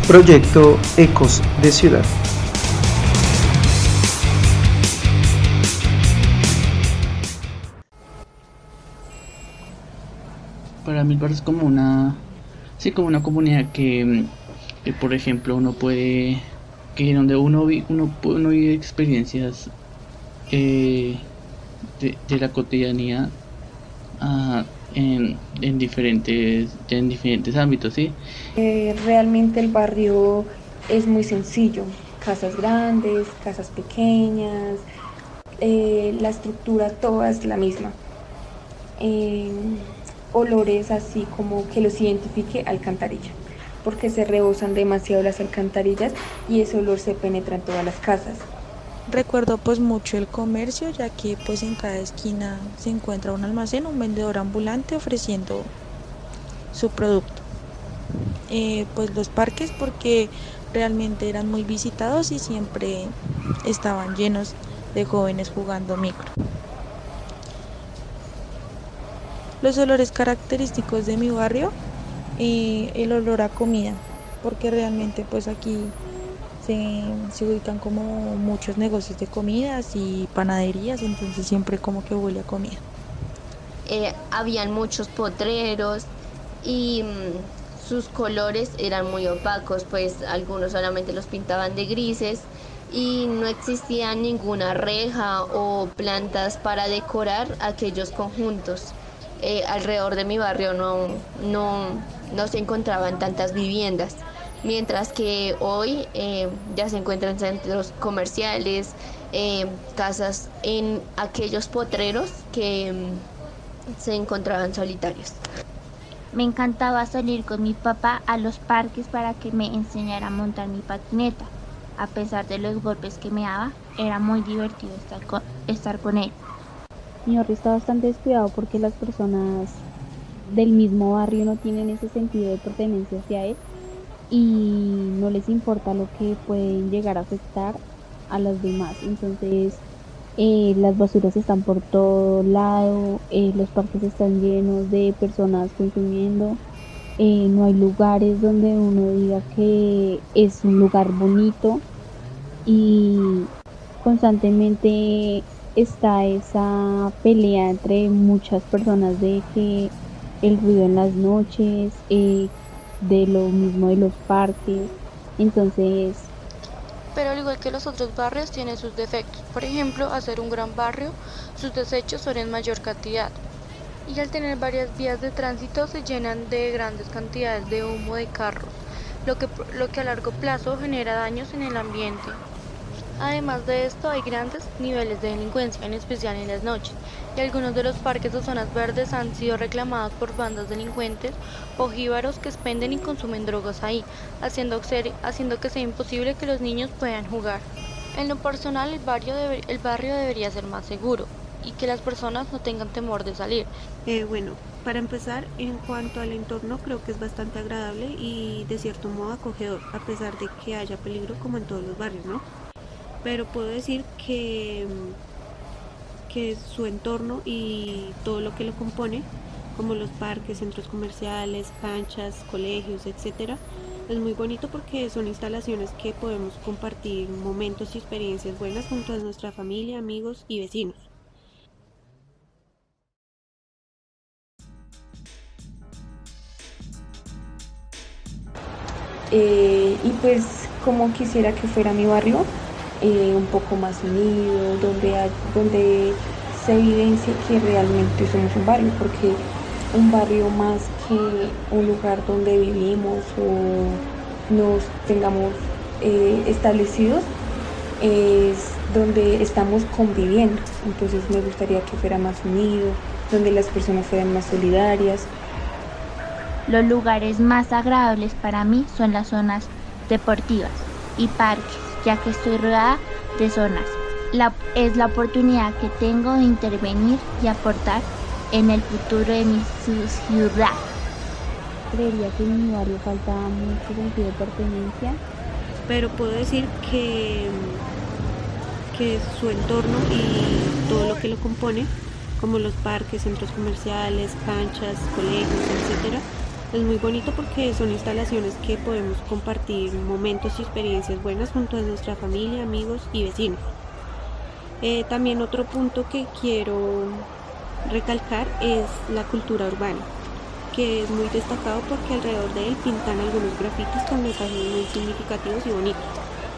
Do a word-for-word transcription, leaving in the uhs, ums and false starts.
Proyecto Ecos de Ciudad. Para mí parece como una, sí, como una comunidad que, que por ejemplo uno puede, que donde uno vi, uno, puede- uno vive experiencias eh, de, de la cotidianidad, ah, en, en diferentes, en diferentes ámbitos, ¿sí? Eh, realmente el barrio es muy sencillo, casas grandes, casas pequeñas, eh, la estructura toda es la misma. Eh, Olores así como que los identifique alcantarilla, porque se rebosan demasiado las alcantarillas y ese olor se penetra en todas las casas. Recuerdo pues mucho el comercio, ya que pues en cada esquina se encuentra un almacén, un vendedor ambulante ofreciendo su producto. Eh, pues los parques porque realmente eran muy visitados y siempre estaban llenos de jóvenes jugando micro. Los olores característicos de mi barrio, eh, el olor a comida, porque realmente pues aquí se, se ubican como muchos negocios de comidas y panaderías, entonces siempre como que huele a comida. Eh, habían muchos potreros y mm, sus colores eran muy opacos, pues algunos solamente los pintaban de grises y no existía ninguna reja o plantas para decorar aquellos conjuntos. Eh, alrededor de mi barrio no, no, no se encontraban tantas viviendas, mientras que hoy eh, ya se encuentran centros comerciales, eh, casas en aquellos potreros que mm, se encontraban solitarios. Me encantaba salir con mi papá a los parques para que me enseñara a montar mi patineta. A pesar de los golpes que me daba, era muy divertido estar con, estar con él. Mi barrio está bastante descuidado porque las personas del mismo barrio no tienen ese sentido de pertenencia hacia él y no les importa lo que pueden llegar a afectar a las demás. Entonces, eh, las basuras están por todo lado, eh, los parques están llenos de personas consumiendo, eh, no hay lugares donde uno diga que es un lugar bonito y constantemente está esa pelea entre muchas personas de que el ruido en las noches, eh, de lo mismo de los parques, entonces Pero al igual que los otros barrios tiene sus defectos. Por ejemplo, al ser un gran barrio, sus desechos son en mayor cantidad. Y al tener varias vías de tránsito se llenan de grandes cantidades de humo de carros, lo que, lo que a largo plazo genera daños en el ambiente. Además de esto, hay grandes niveles de delincuencia, en especial en las noches, y algunos de los parques o zonas verdes han sido reclamados por bandas delincuentes o jíbaros que expenden y consumen drogas ahí, haciendo, ser, haciendo que sea imposible que los niños puedan jugar. En lo personal, el barrio, debe, el barrio debería ser más seguro y que las personas no tengan temor de salir. Eh, bueno, para empezar, en cuanto al entorno, creo que es bastante agradable y de cierto modo acogedor, a pesar de que haya peligro como en todos los barrios, ¿no? Pero puedo decir que, que su entorno y todo lo que lo compone, como los parques, centros comerciales, canchas, colegios, etcétera, es muy bonito porque son instalaciones que podemos compartir momentos y experiencias buenas junto a nuestra familia, amigos y vecinos. Eh, y pues como quisiera que fuera mi barrio, eh, un poco más unido, donde, hay- donde se evidencie que realmente somos un barrio, porque un barrio más que un lugar donde vivimos o nos tengamos eh, establecidos, es donde estamos conviviendo. Entonces me gustaría que fuera más unido, donde las personas fueran más solidarias. Los lugares más agradables para mí son las zonas deportivas y parques, ya que estoy rodeada de zonas. La, es la oportunidad que tengo de intervenir y aportar en el futuro de mi ciudad. creería que en mi barrio falta mucho sentido de pertenencia. Pero puedo decir que, que su entorno y todo lo que lo compone, como los parques, centros comerciales, canchas, colegios, etcétera, Es muy bonito porque son instalaciones que podemos compartir momentos y experiencias buenas junto a nuestra familia, amigos y vecinos. Eh, también otro punto que quiero recalcar es la cultura urbana, que es muy destacado porque alrededor de él pintan algunos grafitis con mensajes muy significativos y bonitos.